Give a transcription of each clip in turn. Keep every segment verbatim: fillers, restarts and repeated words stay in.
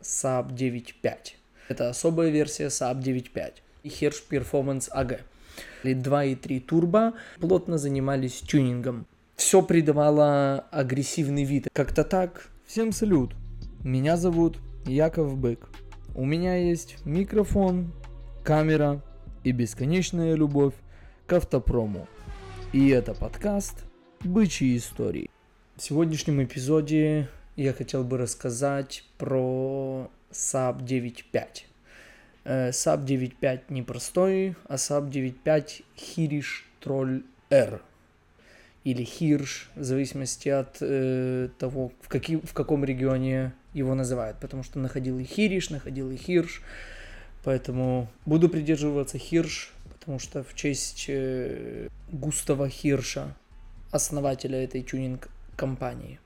Saab девять пять. Это особая версия Saab девять пять и Hirsch Performance эй джи. два и три турбо плотно занимались тюнингом. Все придавало агрессивный вид. Как-то так. Всем салют. Меня зовут Яков Бык. У меня есть микрофон, камера и бесконечная любовь к автопрому. И это подкаст «Бычьи истории». В сегодняшнем эпизоде я хотел бы рассказать про Saab девять пять. Saab девять пять не простой, а Saab девять пять Hirsch Troll R. Или Hirsch, в зависимости от э, того, в, каки, в каком регионе его называют. Потому что находил и Hirsch, находил и Hirsch. Поэтому буду придерживаться Hirsch, потому что в честь э, Густава Хирша, основателя этой тюнинг-компании.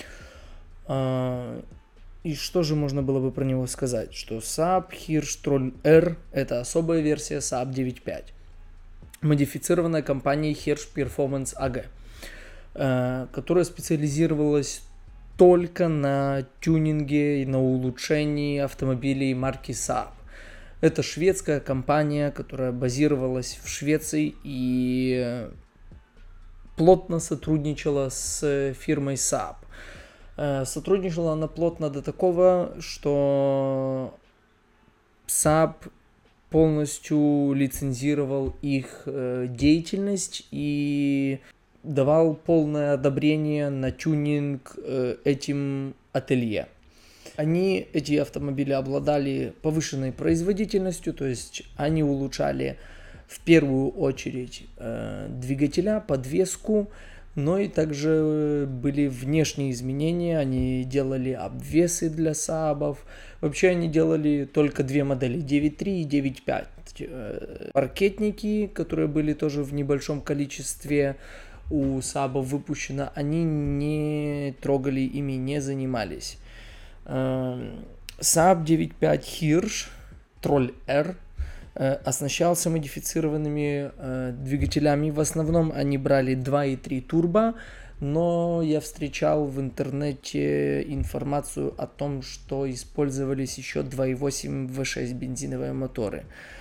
А, и что же можно было бы про него сказать? Что Saab Hirsch Troll R – это особая версия Saab девять пять, модифицированная компанией Hirsch Performance эй джи, которая специализировалась только на тюнинге и на улучшении автомобилей марки Saab. Это шведская компания, которая базировалась в Швеции и плотно сотрудничала с фирмой Saab. Сотрудничала она плотно до такого, что Saab полностью лицензировал их деятельность и давал полное одобрение на тюнинг этим ателье. Они, эти автомобили, обладали повышенной производительностью, то есть они улучшали в первую очередь э, двигателя, подвеску, но и также были внешние изменения, они делали обвесы для Saab'ов. Вообще они делали только две модели, девять три и девять пять. Э, паркетники, которые были тоже в небольшом количестве у Saab выпущено, они не трогали ими, не занимались. Saab девять пять Hirsch Troll R оснащался модифицированными э, двигателями. В основном они брали два и три турбо, но я встречал в интернете информацию о том, что использовались еще два и восемь вэ шесть бензиновые моторы.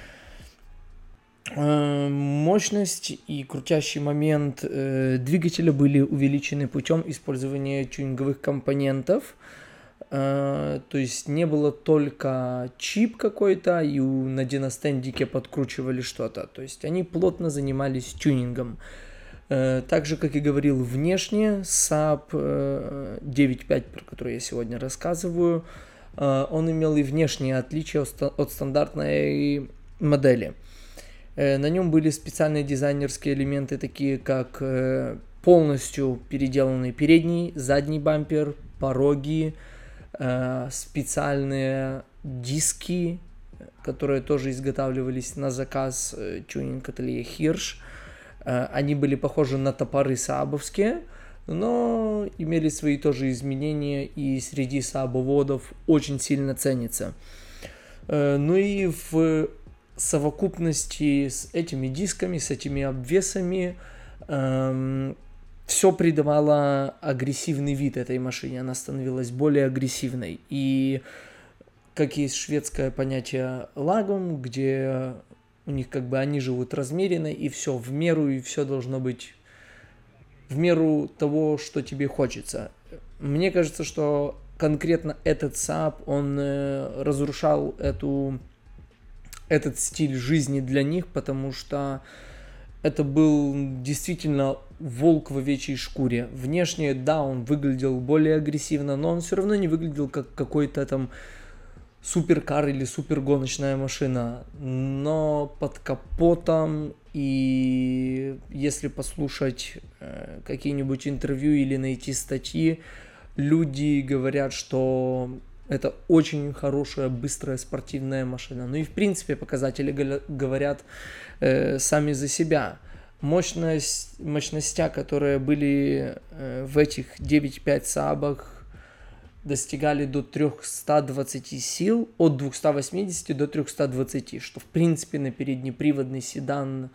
Э, мощность и крутящий момент э, двигателя были увеличены путем использования тюнинговых компонентов. Uh, то есть не было только чип какой-то, и у, на диностендике подкручивали что-то. То есть они плотно занимались тюнингом. Uh, так же, как и говорил, внешне Saab uh, девять пять, про который я сегодня рассказываю, uh, он имел и внешние отличия от, от стандартной модели. Uh, на нем были специальные дизайнерские элементы, такие как uh, полностью переделанный передний, задний бампер, пороги, специальные диски, которые тоже изготавливались на заказ тюнинг-ателье Hirsch. Они были похожи на топоры саабовские, но имели свои тоже изменения и среди саабоводов очень сильно ценится. Ну и в совокупности с этими дисками, с этими обвесами все придавало агрессивный вид этой машине, она становилась более агрессивной. И как есть шведское понятие лагом, где у них как бы они живут размеренно, и все в меру, и все должно быть в меру того, что тебе хочется. Мне кажется, что конкретно этот Saab, он разрушал эту, этот стиль жизни для них, потому что это был действительно волк в овечьей шкуре. Внешне, да, он выглядел более агрессивно, но он все равно не выглядел как какой-то там суперкар или супергоночная машина. Но под капотом, и если послушать э, какие-нибудь интервью или найти статьи, люди говорят, что это очень хорошая, быстрая, спортивная машина. Ну и в принципе показатели говорят э, сами за себя. Мощность, мощностя, которые были э, в этих девять пять Saab'ах, достигали до триста двадцать сил, от двести восемьдесят до триста двадцать, что в принципе на переднеприводный седан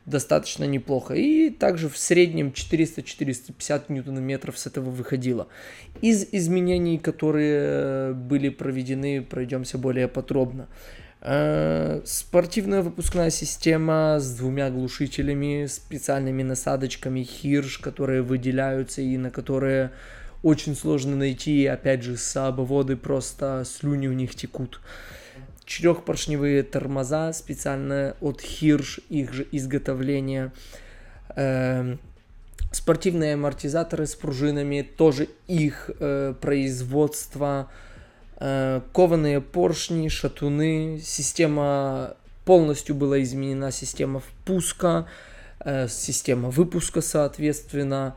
достаточно неплохо. И также в среднем четыреста — четыреста пятьдесят ньютон-метров с этого выходило. Из изменений, которые были проведены, пройдемся более подробно. Спортивная выпускная система с двумя глушителями, специальными насадочками Hirsch, которые выделяются и на которые очень сложно найти. Опять же, сабоводы просто слюни у них текут. Четырехпоршневые тормоза специально от Hirsch, их же изготовление. Э, спортивные амортизаторы с пружинами, тоже их э, производство. Кованые поршни, шатуны, система полностью была изменена, система впуска, система выпуска, соответственно.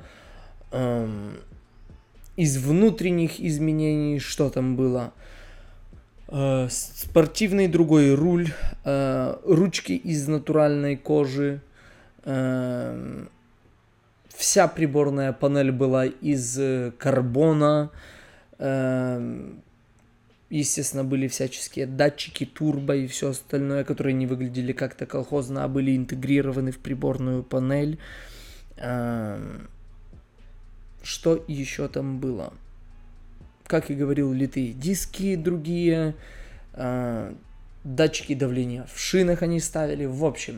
Из внутренних изменений, что там было? Спортивный другой руль, ручки из натуральной кожи, вся приборная панель была из карбона. Естественно, были всяческие датчики, турбо и все остальное, которые не выглядели как-то колхозно, а были интегрированы в приборную панель. Что еще там было? Как и говорил, литые диски другие, датчики давления в шинах они ставили. В общем,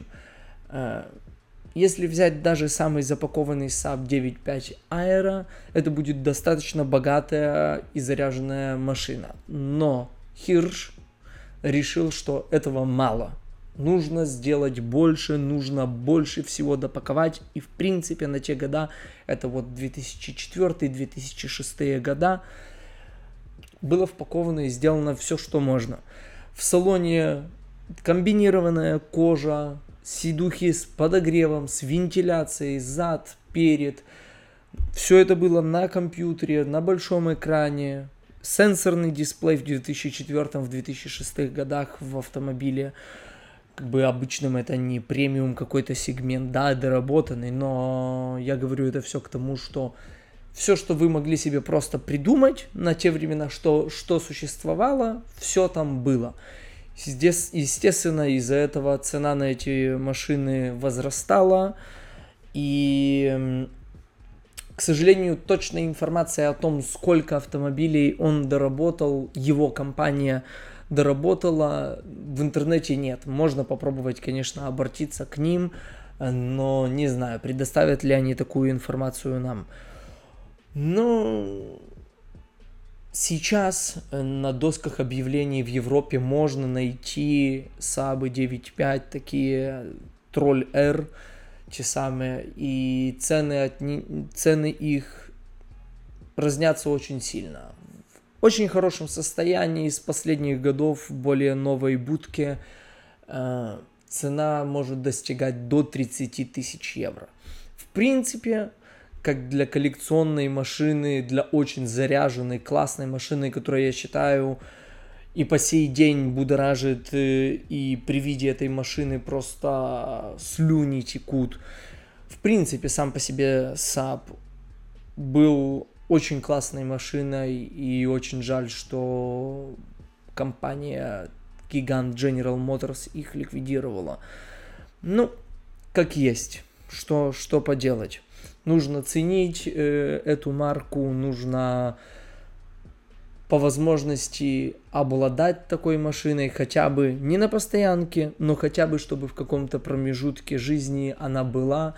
если взять даже самый запакованный саб девять пять Aero, это будет достаточно богатая и заряженная машина. Но Hirsch решил, что этого мало. Нужно сделать больше, нужно больше всего допаковать. И в принципе на те года, это вот две тысячи четвёртый — две тысячи шестый года, было впаковано и сделано все, что можно. В салоне комбинированная кожа, сидухи с подогревом, с вентиляцией, зад, перед. Все это было на компьютере, на большом экране. Сенсорный дисплей в две тысячи четвёртом — в две тысячи шестом годах в автомобиле. Как бы обычным это не премиум какой-то сегмент, да, доработанный, но я говорю это все к тому, что все, что вы могли себе просто придумать на те времена, что, что существовало, все там было. Здесь, естественно, из-за этого цена на эти машины возрастала, и, к сожалению, точная информация о том, сколько автомобилей он доработал, его компания доработала, в интернете нет. Можно попробовать, конечно, обратиться к ним, но не знаю, предоставят ли они такую информацию нам. Но сейчас на досках объявлений в Европе можно найти сабы девять пять, такие Troll R, те самые, и цены, от, цены их разнятся очень сильно. В очень хорошем состоянии, с последних годов, в более новой будке, э, цена может достигать до тридцать тысяч евро. В принципе, как для коллекционной машины, для очень заряженной, классной машины, которую я считаю и по сей день будоражит, и при виде этой машины просто слюни текут. В принципе, сам по себе саб был очень классной машиной, и очень жаль, что компания гигант General Motors их ликвидировала. Ну, как есть, что, что поделать. Нужно ценить э, эту марку, нужно по возможности обладать такой машиной, хотя бы не на постоянке, но хотя бы, чтобы в каком-то промежутке жизни она была,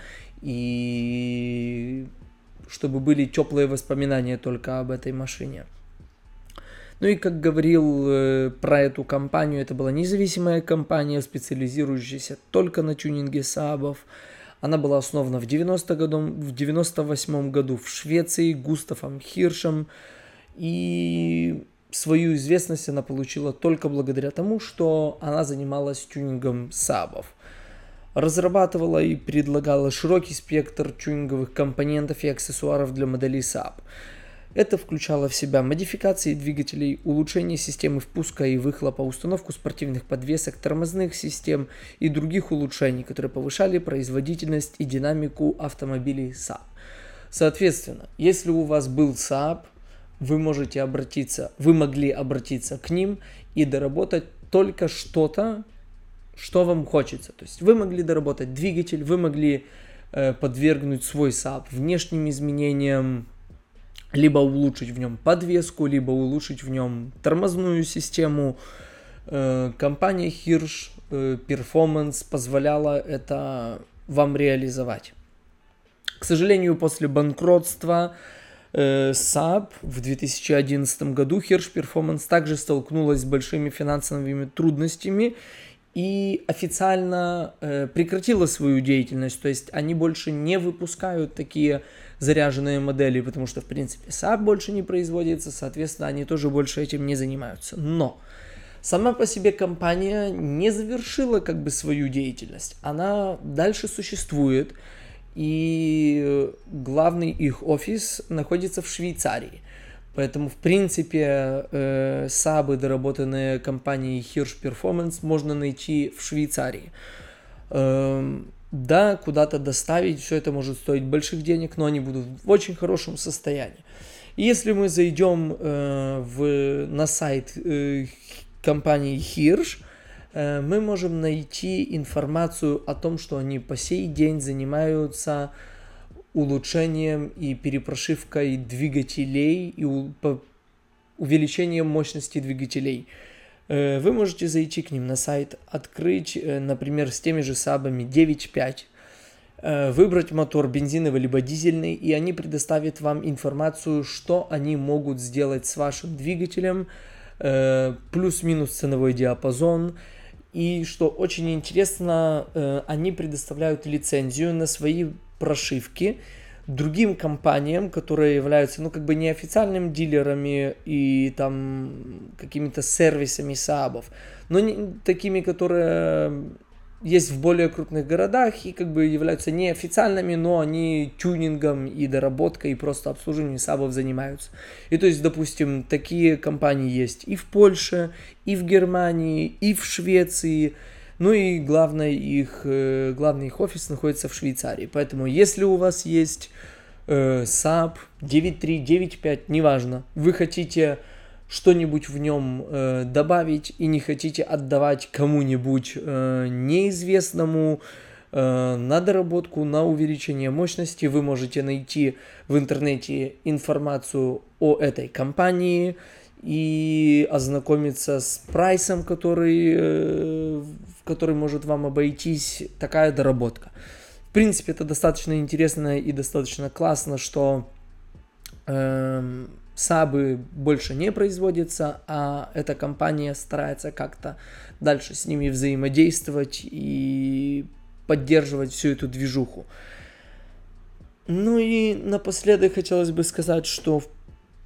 и чтобы были теплые воспоминания только об этой машине. Ну и как говорил э, про эту компанию, это была независимая компания, специализирующаяся только на тюнинге сабов. Она была основана в девяносто восьмом году в Швеции Густавом Хиршем, и свою известность она получила только благодаря тому, что она занималась тюнингом сабов. Разрабатывала и предлагала широкий спектр тюнинговых компонентов и аксессуаров для моделей саб. Это включало в себя модификации двигателей, улучшение системы впуска и выхлопа, установку спортивных подвесок, тормозных систем и других улучшений, которые повышали производительность и динамику автомобилей саб. Соответственно, если у вас был саб, вы можете обратиться, вы могли обратиться к ним и доработать только что-то, что вам хочется. То есть вы могли доработать двигатель, вы могли э, подвергнуть свой Saab внешним изменениям, либо улучшить в нем подвеску, либо улучшить в нем тормозную систему. Э, компания Hirsch э, Performance позволяла это вам реализовать. К сожалению, после банкротства э, Saab в две тысячи одиннадцатом году Hirsch Performance также столкнулась с большими финансовыми трудностями и официально э, прекратила свою деятельность. То есть они больше не выпускают такие заряженные модели, потому что, в принципе, Saab больше не производится, соответственно, они тоже больше этим не занимаются. Но сама по себе компания не завершила как бы свою деятельность. Она дальше существует, и главный их офис находится в Швейцарии. Поэтому, в принципе, э, Saab, доработанные компанией Hirsch Performance, можно найти в Швейцарии. Э, да, куда-то доставить, все это может стоить больших денег, но они будут в очень хорошем состоянии. И если мы зайдем э, в, на сайт э, компании Hirsch, э, мы можем найти информацию о том, что они по сей день занимаются улучшением и перепрошивкой двигателей и у, по, увеличением мощности двигателей. Э, вы можете зайти к ним на сайт, открыть, э, например, с теми же Saab'ами девять пять, э, выбрать мотор бензиновый либо дизельный, и они предоставят вам информацию, что они могут сделать с вашим двигателем, э, плюс-минус ценовой диапазон. И что очень интересно, э, они предоставляют лицензию на свои прошивки другим компаниям, которые являются, ну, как бы неофициальными дилерами и там какими-то сервисами Saab'ов, но не, такими, которые есть в более крупных городах и как бы являются неофициальными, но они тюнингом и доработкой и просто обслуживанием Saab'ов занимаются. И то есть, допустим, такие компании есть и в Польше, и в Германии, и в Швеции. Ну и главное, их, главный их офис находится в Швейцарии. Поэтому, если у вас есть э, Saab девять три, девять пять, неважно, вы хотите что-нибудь в нем э, добавить и не хотите отдавать кому-нибудь э, неизвестному э, на доработку, на увеличение мощности, вы можете найти в интернете информацию о этой компании и ознакомиться с прайсом, который, э, который может вам обойтись такая доработка. В принципе, это достаточно интересно и достаточно классно, что э, Saab'ы больше не производятся, а эта компания старается как-то дальше с ними взаимодействовать и поддерживать всю эту движуху. Ну и напоследок хотелось бы сказать, что в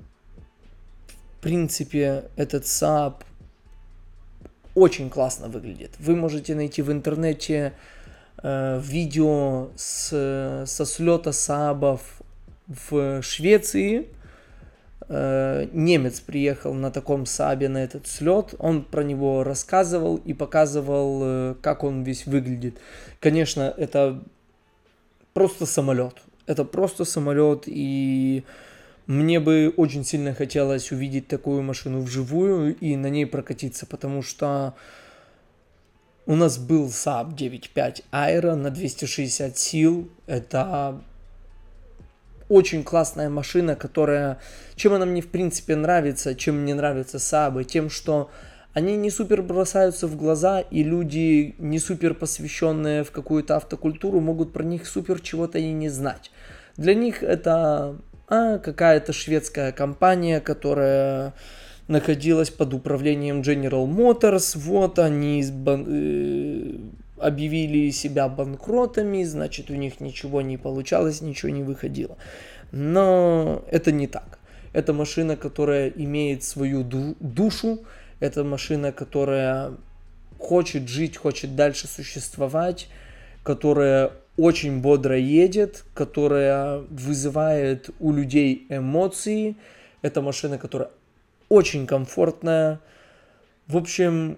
принципе этот Saab очень классно выглядит. Вы можете найти в интернете э, видео с, со слета Saab'ов в Швеции. Э, немец приехал на таком Saab'е на этот слет. Он про него рассказывал и показывал, э, как он весь выглядит. Конечно, это просто самолет. Это просто самолет, и мне бы очень сильно хотелось увидеть такую машину вживую и на ней прокатиться, потому что у нас был Saab девять пять Aero на двести шестьдесят сил. Это очень классная машина, которая... Чем она мне в принципе нравится, чем мне нравятся Saab'ы, тем, что они не супер бросаются в глаза, и люди, не супер посвященные в какую-то автокультуру, могут про них супер чего-то и не знать. Для них это а, какая-то шведская компания, которая находилась под управлением General Motors. Вот они бан... э... объявили себя банкротами, значит, у них ничего не получалось, ничего не выходило. Но это не так. Это машина, которая имеет свою ду- душу. Это машина, которая хочет жить, хочет дальше существовать, которая очень бодро едет, которая вызывает у людей эмоции. Это машина, которая очень комфортная. В общем,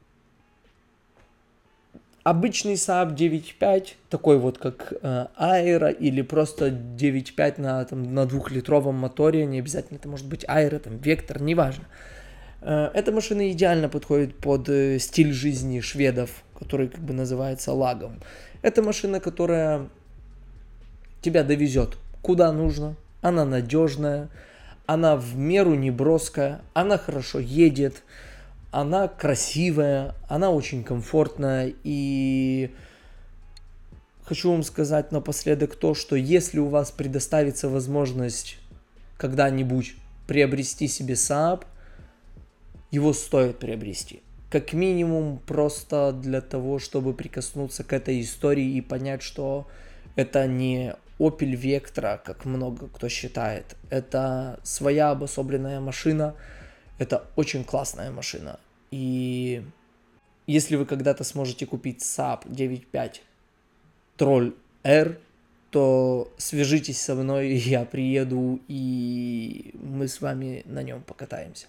обычный Saab девять пять, такой вот как э, Aero или просто девять пять на, там, на двухлитровом моторе, не обязательно это может быть Aero, там, Vector, неважно. Эта машина идеально подходит под стиль жизни шведов, который как бы называется лагом. Это машина, которая тебя довезет куда нужно, она надежная, она в меру не броская, она хорошо едет, она красивая, она очень комфортная. И хочу вам сказать напоследок то, что если у вас предоставится возможность когда-нибудь приобрести себе Saab, его стоит приобрести. Как минимум просто для того, чтобы прикоснуться к этой истории и понять, что это не Opel Vectra, как много кто считает. Это своя обособленная машина. Это очень классная машина. И если вы когда-то сможете купить Saab девять пять Troll R, то свяжитесь со мной, я приеду, и мы с вами на нем покатаемся.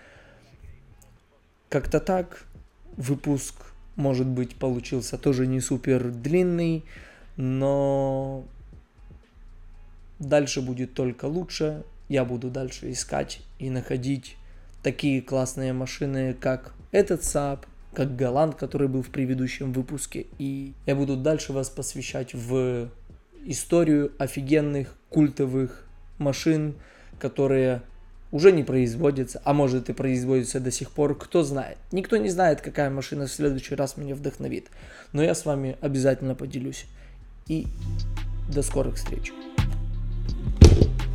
Как-то так. Выпуск, может быть, получился тоже не супер длинный, но дальше будет только лучше. Я буду дальше искать и находить такие классные машины, как этот Saab, как Галант, который был в предыдущем выпуске. И я буду дальше вас посвящать в историю офигенных культовых машин, которые уже не производятся, а может и производятся до сих пор, кто знает. Никто не знает, какая машина в следующий раз меня вдохновит. Но я с вами обязательно поделюсь. И до скорых встреч.